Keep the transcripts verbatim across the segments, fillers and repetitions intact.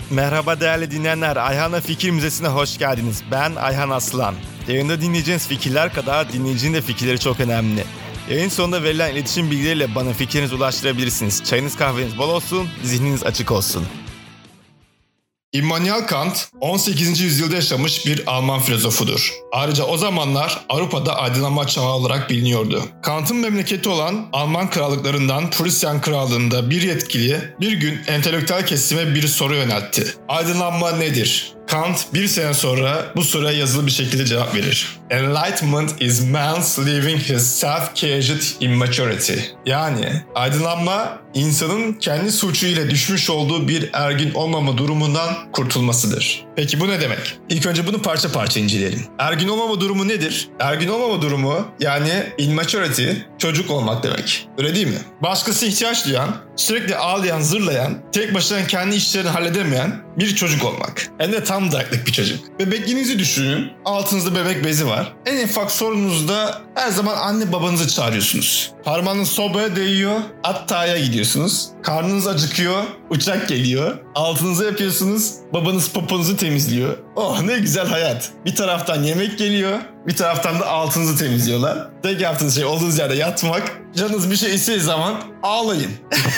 Merhaba değerli dinleyenler, Ayhan'la Fikir Müzesi'ne hoş geldiniz. Ben Ayhan Aslan. Yayında dinleyeceğiniz fikirler kadar dinleyicinin de fikirleri çok önemli. Yayın sonunda verilen iletişim bilgileriyle bana fikirlerinizi ulaştırabilirsiniz. Çayınız kahveniz bol olsun, zihniniz açık olsun. Immanuel Kant on sekizinci yüzyılda yaşamış bir Alman filozofudur. Ayrıca o zamanlar Avrupa'da aydınlanma çağı olarak biliniyordu. Kant'ın memleketi olan Alman krallıklarından Prusya Krallığı'nda bir yetkili bir gün entelektüel kesime bir soru yöneltti. Aydınlanma nedir? Kant bir sene sonra bu soruya yazılı bir şekilde cevap verir. Enlightenment is man's leaving his self-caged immaturity. Yani aydınlanma insanın kendi suçu ile düşmüş olduğu bir ergin olmama durumundan kurtulmasıdır. Peki bu ne demek? İlk önce bunu parça parça inceleyelim. Ergin olmama durumu nedir? Ergin olmama durumu yani immaturity çocuk olmak demek. Öyle değil mi? Başkası ihtiyaç duyan, sürekli ağlayan, zırlayan, tek başına kendi işlerini halledemeyen bir çocuk olmak. Hem de tam dayaklık bir çocuk. Bebekliğinizi düşünün. Altınızda bebek bezi var. En ufak sorununuzda her zaman anne babanızı çağırıyorsunuz. Parmağınız sobaya değiyor. Atta'ya gidiyorsunuz. Karnınız acıkıyor. Uçak geliyor. Altınıza yapıyorsunuz. Babanız poponuzu temizliyor. Oh ne güzel hayat. Bir taraftan yemek geliyor. Bir taraftan da altınızı temizliyorlar. Tek yaptığınız şey olduğunuz yerde yatmak. Canınız bir şey istediği zaman ağlayın.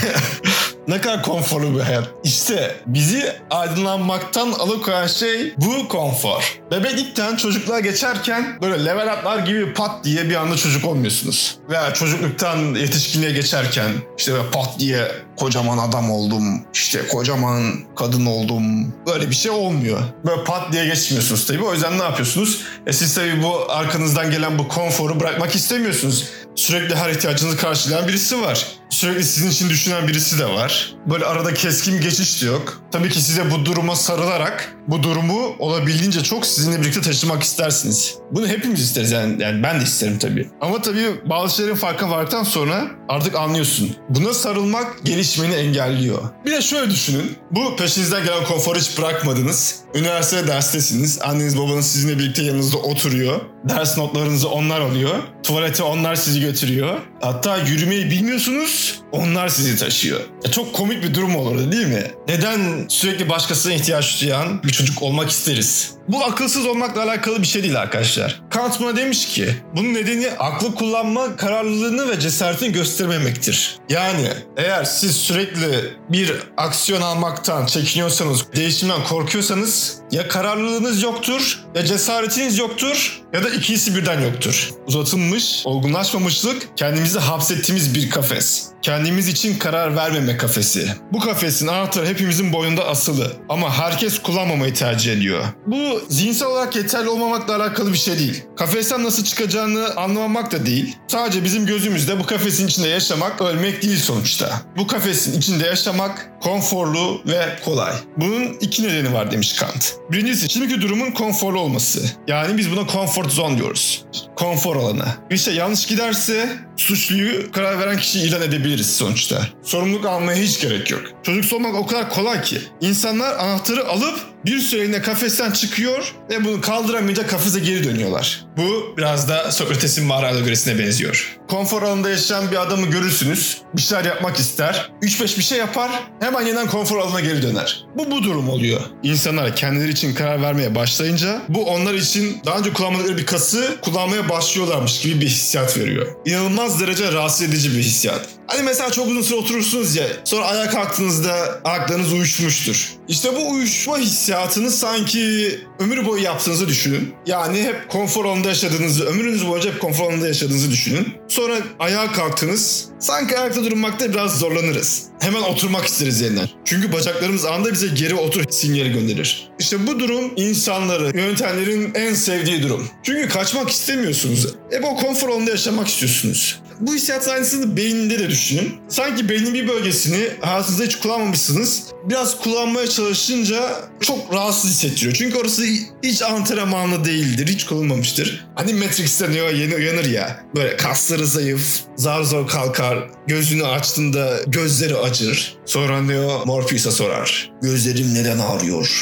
Ne kadar konforlu bir hayat. İşte bizi aydınlanmaktan alıkoyan şey bu konfor. Bebeklikten çocukluğa geçerken böyle level atlar gibi pat diye bir anda çocuk olmuyorsunuz. Veya çocukluktan yetişkinliğe geçerken işte böyle pat diye kocaman adam oldum, işte kocaman kadın oldum. Böyle bir şey olmuyor. Böyle pat diye geçmiyorsunuz tabii. O yüzden ne yapıyorsunuz? E siz tabii bu arkanızdan gelen bu konforu bırakmak istemiyorsunuz. Sürekli her ihtiyacınızı karşılayan birisi var. Sürekli sizin için düşünen birisi de var. Böyle arada keskin geçiş de yok. Tabii ki size bu duruma sarılarak bu durumu olabildiğince çok sizinle birlikte taşımak istersiniz. Bunu hepimiz isteriz yani, yani ben de isterim tabii. Ama tabii bazı şeylerin farkına vardıktan sonra artık anlıyorsun. Buna sarılmak gelişmeni engelliyor. Bir de şöyle düşünün. Bu peşinizden gelen konforu hiç bırakmadınız. Üniversitede derstesiniz. Anneniz babanız sizinle birlikte yanınızda oturuyor. Ders notlarınızı onlar alıyor. Tuvalete onlar sizi götürüyor. Hatta yürümeyi bilmiyorsunuz. Onlar sizi taşıyor. Ya çok komik bir durum olurdu değil mi? Neden sürekli başkasına ihtiyaç duyan bir çocuk olmak isteriz? Bu akılsız olmakla alakalı bir şey değil arkadaşlar. Kant buna demiş ki bunun nedeni aklı kullanma kararlılığını ve cesaretini göstermemektir. Yani eğer siz sürekli bir aksiyon almaktan çekiniyorsanız, değişimden korkuyorsanız ya kararlılığınız yoktur, ya cesaretiniz yoktur ya da ikisi birden yoktur. Uzatılmış, olgunlaşmamışlık kendimizi hapsettiğimiz bir kafes. Kendimiz için karar vermeme kafesi. Bu kafesin anahtarı hepimizin boynunda asılı. Ama herkes kullanmamayı tercih ediyor. Bu zihinsel olarak yeterli olmamakla alakalı bir şey değil. Kafesten nasıl çıkacağını anlamamak da değil. Sadece bizim gözümüzde bu kafesin içinde yaşamak ölmek değil sonuçta. Bu kafesin içinde yaşamak konforlu ve kolay. Bunun iki nedeni var demiş Kant. Birincisi şimdiki durumun konforlu olması. Yani biz buna comfort zone diyoruz. Konfor alanı. Bir şey yanlış giderse suçluyu karar veren kişiyi ilan edebiliriz sonuçta. Sorumluluk almaya hiç gerek yok. Çocuk olmak o kadar kolay ki. İnsanlar anahtarı alıp bir süreliğine kafesten çıkıyor ve bunu kaldıramayınca kafese geri dönüyorlar. Bu biraz da Sokrates'in mağara alegorisi'ne benziyor. Konfor alanında yaşayan bir adamı görürsünüz. Bir şeyler yapmak ister. üç beş bir şey yapar. Hemen yeniden konfor alanına geri döner. Bu bu durum oluyor. İnsanlar kendileri için karar vermeye başlayınca bu onlar için daha önce kullanmadıkları bir kası kullanmaya başlıyorlarmış gibi bir hissiyat veriyor. İnanılmaz derece rahatsız edici bir hissiyat. Hani mesela çok uzun süre oturursunuz ya, sonra ayağa kalktığınızda ayaklarınız uyuşmuştur. İşte bu uyuşma hissiyatını sanki ömür boyu yaptığınızı düşünün. Yani hep konfor alanında yaşadığınızı, ömrünüz boyunca hep konfor alanında yaşadığınızı düşünün. Sonra ayağa kalktınız, sanki ayakta durmakta biraz zorlanırız. Hemen oturmak isteriz yeniden. Çünkü bacaklarımız anında bize geri otur sinyali gönderir. İşte bu durum insanları, yöntemlerin en sevdiği durum. Çünkü kaçmak istemiyorsunuz. Hep o konfor alanında yaşamak istiyorsunuz. Bu hissiyat aynısını beyninde de düşünün. Sanki beynin bir bölgesini hayatınızda hiç kullanmamışsınız. Biraz kullanmaya çalışınca çok rahatsız hissettiriyor. Çünkü orası hiç antrenmanlı değildir, hiç kullanılmamıştır. Hani Matrix'te Neo yeni uyanır ya. Böyle kasları zayıf, zar zor kalkar. Gözünü açtığında gözleri acır. Sonra Neo Morpheus'a sorar. Gözlerim neden ağrıyor? Morpheus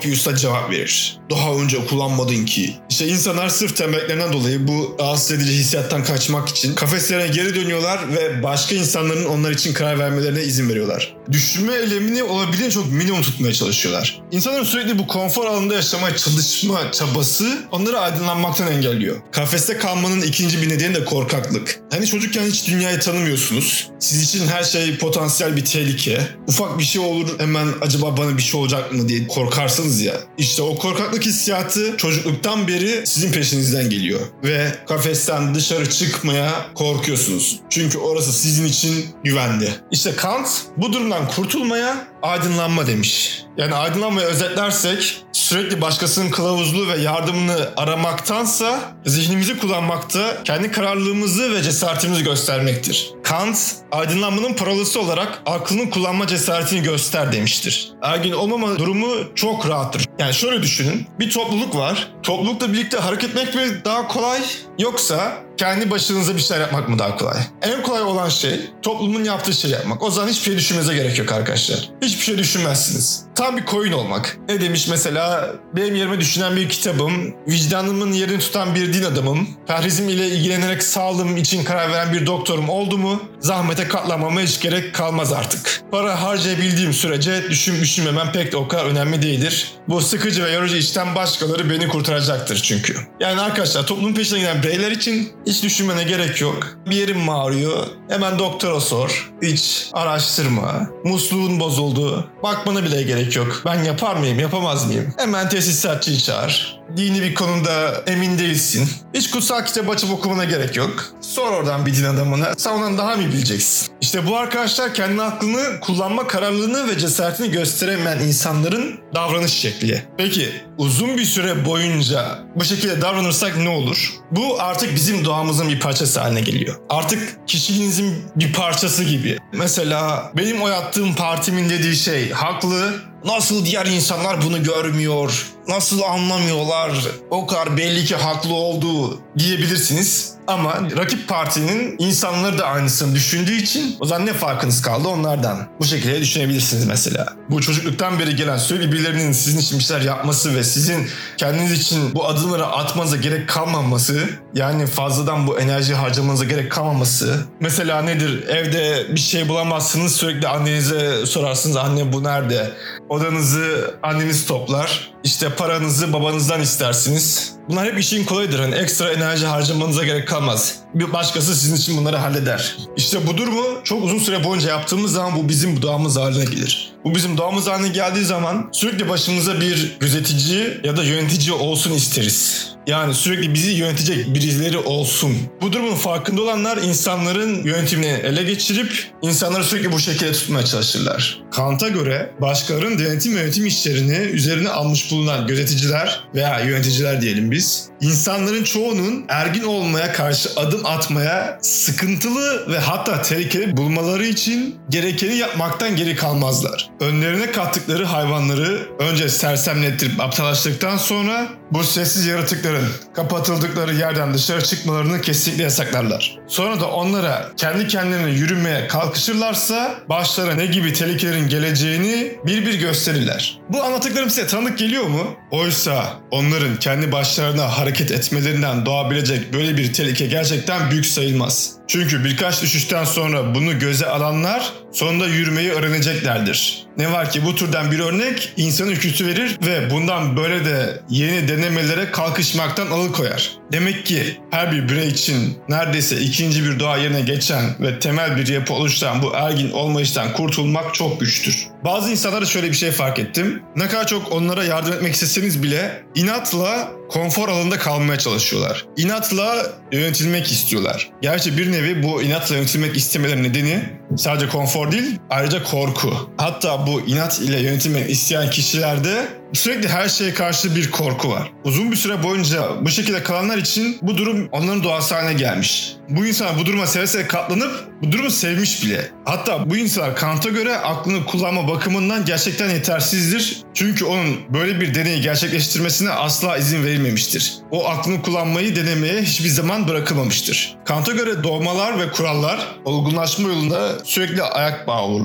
Morpheus'a cevap verir. Daha önce kullanmadın ki. İşte insanlar sırf tembeklerinden dolayı bu rahatsız edici hissiyattan kaçmak için kafeslerine geri dönüyorlar ve başka insanların onlar için karar vermelerine izin veriyorlar. Düşünme eylemini olabildiğince çok minimum tutmaya çalışıyorlar. İnsanların sürekli bu konfor alanında yaşamaya çalışma çabası onları aydınlanmaktan engelliyor. Kafeste kalmanın ikinci bir nedeni de korkaklık. Hani çocukken hiç dünyayı tanımıyorsunuz. Siz için her şey potansiyel bir tehlike. Ufak bir şey olur hemen acaba bana bir şey olacak mı diye korkarsınız ya. İşte o korkaklık hissiyatı çocukluktan beri sizin peşinizden geliyor. Ve kafesten dışarı çıkmaya korkuyorsunuz. Çünkü orası sizin için güvenli. İşte Kant bu durumdan kurtulmaya aydınlanma demiş. Yani aydınlanmayı özetlersek sürekli başkasının kılavuzluğu ve yardımını aramaktansa zihnimizi kullanmakta kendi kararlılığımızı ve cesaretimizi göstermektir. Kant aydınlanmanın parolası olarak aklını kullanma cesaretini göster demiştir. Ergin olmama durumu çok rahattır. Yani şöyle düşünün, bir topluluk var. Toplulukla birlikte hareket etmek mi daha kolay yoksa kendi başınıza bir şeyler yapmak mı daha kolay? En kolay olan şey toplumun yaptığı şey yapmak. O zaman hiçbir şey düşünmenize gerek yok arkadaşlar. Hiçbir şey düşünmezsiniz. Tam bir koyun olmak. Ne demiş mesela? Benim yerime düşünen bir kitabım, vicdanımın yerini tutan bir din adamım, perhizm ile ilgilenerek sağlığım için karar veren bir doktorum oldu mu zahmete katlanmama hiç gerek kalmaz artık. Para harcayabildiğim sürece düşün düşünmemem pek de o kadar önemli değildir. Bu sıkıcı ve yorucu işten başkaları beni kurtaracaktır çünkü. Yani arkadaşlar toplumun peşine giden bireyler için hiç düşünmene gerek yok. Bir yerin mi ağrıyor? Hemen doktora sor. Hiç araştırma. Musluğun bozuldu. Bakmana bile gerek yok. Ben yapar mıyım, yapamaz mıyım? Hemen tesisatçıyı çağır. Dini bir konuda emin değilsin. Hiç kutsal kitap açıp okumana gerek yok. Sor oradan bir din adamına. Sen ondan daha mı bileceksin? İşte bu arkadaşlar kendi aklını kullanma kararlılığını ve cesaretini gösteremeyen insanların davranış şekli. Peki uzun bir süre boyunca bu şekilde davranırsak ne olur? Bu artık bizim doğamızın bir parçası haline geliyor. Artık kişiliğinizin bir parçası gibi. Mesela benim oy attığım partimin dediği şey haklı. Nasıl diğer insanlar bunu görmüyor? Nasıl anlamıyorlar? O kadar belli ki haklı olduğu diyebilirsiniz. Ama rakip partinin insanları da aynısını düşündüğü için o zaman ne farkınız kaldı onlardan? Bu şekilde düşünebilirsiniz mesela. Bu çocukluktan beri gelen sürekli birilerinin sizin için bir şeyler yapması ve sizin kendiniz için bu adımları atmanıza gerek kalmaması, yani fazladan bu enerji harcamanıza gerek kalmaması. Mesela nedir? Evde bir şey bulamazsınız, sürekli annenize sorarsınız, anne bu nerede? Odanızı anneniz toplar. İşte paranızı babanızdan istersiniz. Bunlar hep işin kolayıdır. Hani ekstra enerji harcamanıza gerek kalmaz. Bir başkası sizin için bunları halleder. İşte bu durumu çok uzun süre boyunca yaptığımız zaman bu bizim doğamız haline gelir. Bu bizim doğamız haline geldiği zaman sürekli başımıza bir gözetici ya da yönetici olsun isteriz. Yani sürekli bizi yönetecek birileri olsun. Bu durumun farkında olanlar insanların yönetimini ele geçirip insanları sürekli bu şekilde tutmaya çalışırlar. Kant'a göre başkalarının denetim ve yönetim işlerini üzerine almış bulunan gözeticiler veya yöneticiler diyelim biz, insanların çoğunun ergin olmaya karşı adım atmaya sıkıntılı ve hatta tehlikeli bulmaları için gerekeni yapmaktan geri kalmazlar. Önlerine kattıkları hayvanları önce sersemlettirip aptallaştıktan sonra bu sessiz yaratıkların kapatıldıkları yerden dışarı çıkmalarını kesinlikle yasaklarlar. Sonra da onlara kendi kendilerine yürümeye kalkışırlarsa başlarına ne gibi tehlikelerin geleceğini bir bir gösterirler. Bu anlattıklarım size tanıdık geliyor mu? Oysa onların kendi başlarına hareket etmelerinden doğabilecek böyle bir tehlike gerçekten büyük sayılmaz. Çünkü birkaç düşüşten sonra bunu göze alanlar sonunda yürümeyi öğreneceklerdir. Ne var ki bu türden bir örnek insanı ürkütü verir ve bundan böyle de yeni denemelere kalkışmaktan alıkoyar. Demek ki her bir birey için neredeyse ikinci bir doğa yerine geçen ve temel bir yapı oluşturan bu ergin olmayıştan kurtulmak çok güçtür. Bazı insanlara şöyle bir şey fark ettim. Ne kadar çok onlara yardım etmek isteseniz bile inatla konfor alanında kalmaya çalışıyorlar. İnatla yönetilmek istiyorlar. Gerçi bir nevi bu inatla yönetilmek istemelerinin nedeni sadece konfor değil, ayrıca korku. Hatta bu inat ile yönetilmek isteyen kişilerde sürekli her şeye karşı bir korku var. Uzun bir süre boyunca bu şekilde kalanlar için bu durum onların doğası haline gelmiş. Bu insanlar bu duruma seve seve katlanıp bu durumu sevmiş bile. Hatta bu insanlar Kant'a göre aklını kullanma bakımından gerçekten yetersizdir. Çünkü onun böyle bir deneyi gerçekleştirmesine asla izin verilmemiştir. O aklını kullanmayı denemeye hiçbir zaman bırakılmamıştır. Kant'a göre dogmalar ve kurallar olgunlaşma yolunda sürekli ayak bağı olurlar.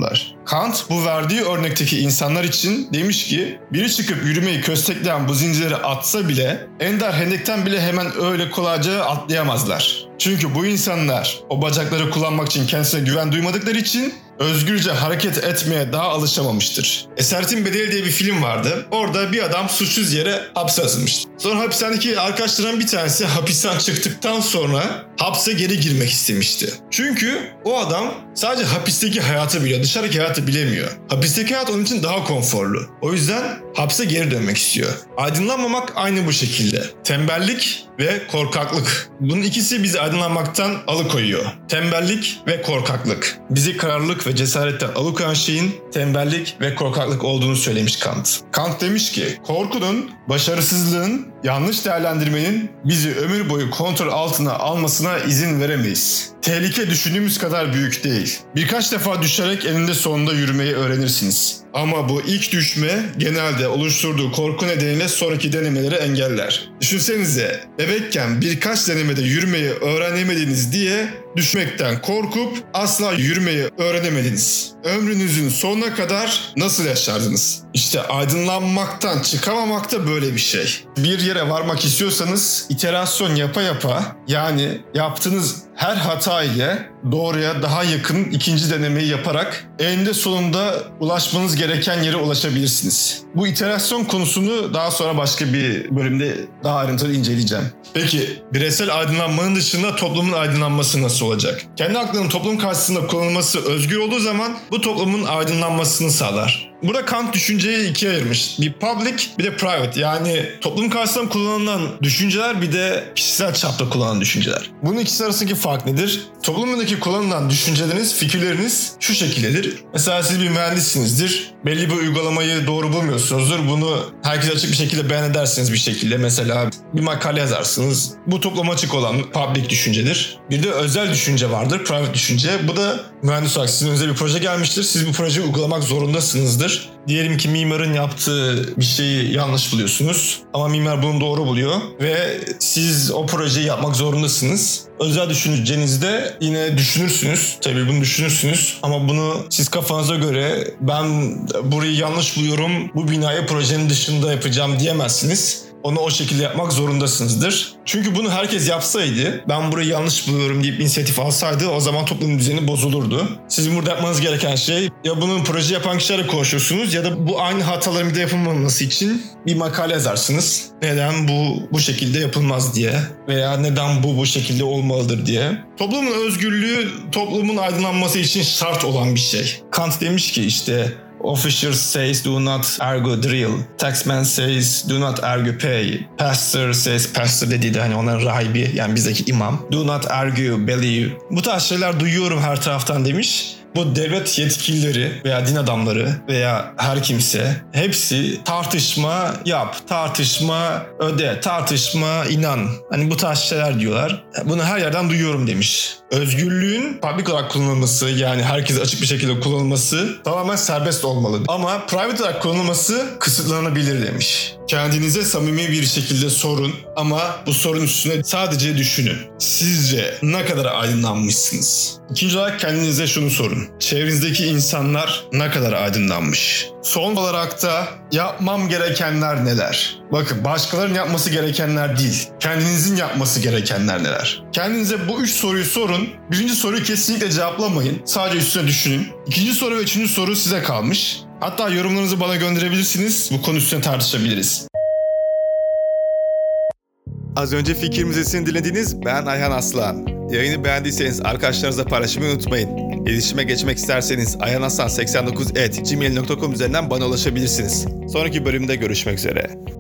Kant bu verdiği örnekteki insanlar için demiş ki biri çıkıp yürümeyi köstekleyen bu zincirleri atsa bile ender hendekten bile hemen öyle kolayca atlayamazlar. Çünkü bu insanlar o bacakları kullanmak için kendisine güven duymadıkları için özgürce hareket etmeye daha alışamamıştır. Esaretin Bedeli diye bir film vardı. Orada bir adam suçsuz yere hapse atılmıştı. Sonra hapishanedeki arkadaşlarından bir tanesi hapisten çıktıktan sonra hapse geri girmek istemişti. Çünkü o adam sadece hapisteki hayatı biliyor, dışarıdaki hayatı bilemiyor. Hapisteki hayat onun için daha konforlu. O yüzden hapse geri dönmek istiyor. Aydınlanmamak aynı bu şekilde. Tembellik ve korkaklık. Bunun ikisi bizi aydınlanmaktan alıkoyuyor. Tembellik ve korkaklık. Bizi kararlılık ve cesaretten alıkoyan şeyin tembellik ve korkaklık olduğunu söylemiş Kant. Kant demiş ki korkunun, başarısızlığın, yanlış değerlendirmenin bizi ömür boyu kontrol altına almasına izin veremeyiz. Tehlike düşündüğümüz kadar büyük değil. Birkaç defa düşerek eninde sonunda yürümeyi öğrenirsiniz. Ama bu ilk düşme genelde oluşturduğu korku nedeniyle sonraki denemeleri engeller. Düşünsenize, bebekken birkaç denemede yürümeyi öğrenemediniz diye düşmekten korkup asla yürümeyi öğrenemediniz. Ömrünüzün sonuna kadar nasıl yaşardınız? İşte aydınlanmaktan çıkamamak da böyle bir şey. Bir yere varmak istiyorsanız iterasyon yapa yapa, yani yaptığınız her hata ile doğruya daha yakın ikinci denemeyi yaparak eninde sonunda ulaşmanız gereken yere ulaşabilirsiniz. Bu iterasyon konusunu daha sonra başka bir bölümde daha ayrıntılı inceleyeceğim. Peki bireysel aydınlanmanın dışında toplumun aydınlanması nasıl olacak? Kendi aklının toplum karşısında kullanılması özgür olduğu zaman bu toplumun aydınlanmasını sağlar. Burada Kant düşünceyi ikiye ayırmış. Bir public, bir de private. Yani toplum karşısında kullanılan düşünceler, bir de kişisel çapta kullanılan düşünceler. Bunun ikisi arasındaki fark nedir? Toplumdaki kullanılan düşünceleriniz, fikirleriniz şu şekildedir. Mesela siz bir mühendissinizdir. Belli bir uygulamayı doğru bulmuyorsunuzdur. Bunu herkese açık bir şekilde beyan edersiniz bir şekilde. Mesela bir makale yazarsınız. Bu topluma açık olan public düşüncedir. Bir de özel düşünce vardır, private düşünce. Bu da mühendis olarak sizin özel bir proje gelmiştir. Siz bu projeyi uygulamak zorundasınızdır. Diyelim ki mimarın yaptığı bir şeyi yanlış buluyorsunuz ama mimar bunu doğru buluyor ve siz o projeyi yapmak zorundasınız. Özel düşüncenizde yine düşünürsünüz. Tabii bunu düşünürsünüz ama bunu siz kafanıza göre ben burayı yanlış buluyorum, bu binayı projenin dışında yapacağım diyemezsiniz. Onu o şekilde yapmak zorundasınızdır. Çünkü bunu herkes yapsaydı, ben burayı yanlış buluyorum deyip inisiyatif alsaydı o zaman toplumun düzeni bozulurdu. Sizin burada yapmanız gereken şey, ya bunun proje yapan kişilerle konuşursunuz ya da bu aynı hataların bir de yapılmaması için bir makale yazarsınız. Neden bu bu şekilde yapılmaz diye veya neden bu bu şekilde olmalıdır diye. Toplumun özgürlüğü toplumun aydınlanması için şart olan bir şey. Kant demiş ki işte official says do not argue drill. Taxman says do not argue pay. Pastor says, pastor dediği de hani onların rahibi, yani bizdeki imam. Do not argue believe. Bu tarz şeyler duyuyorum her taraftan demiş. Bu devlet yetkilileri veya din adamları veya her kimse hepsi tartışma yap, tartışma öde, tartışma inan. Hani bu tarz şeyler diyorlar. Bunu her yerden duyuyorum demiş. Özgürlüğün public olarak kullanılması, yani herkese açık bir şekilde kullanılması tamamen serbest olmalı. Ama private olarak kullanılması kısıtlanabilir demiş. Kendinize samimi bir şekilde sorun ama bu sorun üstüne sadece düşünün. Sizce ne kadar aydınlanmışsınız? İkinci olarak kendinize şunu sorun. Çevrenizdeki insanlar ne kadar aydınlanmış? Son olarak da yapmam gerekenler neler? Bakın, başkalarının yapması gerekenler değil, kendinizin yapması gerekenler neler? Kendinize bu üç soruyu sorun. Birinci soruyu kesinlikle cevaplamayın. Sadece üstüne düşünün. İkinci soru ve üçüncü soru size kalmış. Hatta yorumlarınızı bana gönderebilirsiniz. Bu konu üstüne tartışabiliriz. Az önce Fikir Müzesi'ni dinlediniz. Ben Ayhan Aslan. Yayını beğendiyseniz arkadaşlarınızla paylaşmayı unutmayın. İletişime geçmek isterseniz ayhanaslan seksen dokuz at gmail nokta com üzerinden bana ulaşabilirsiniz. Sonraki bölümde görüşmek üzere.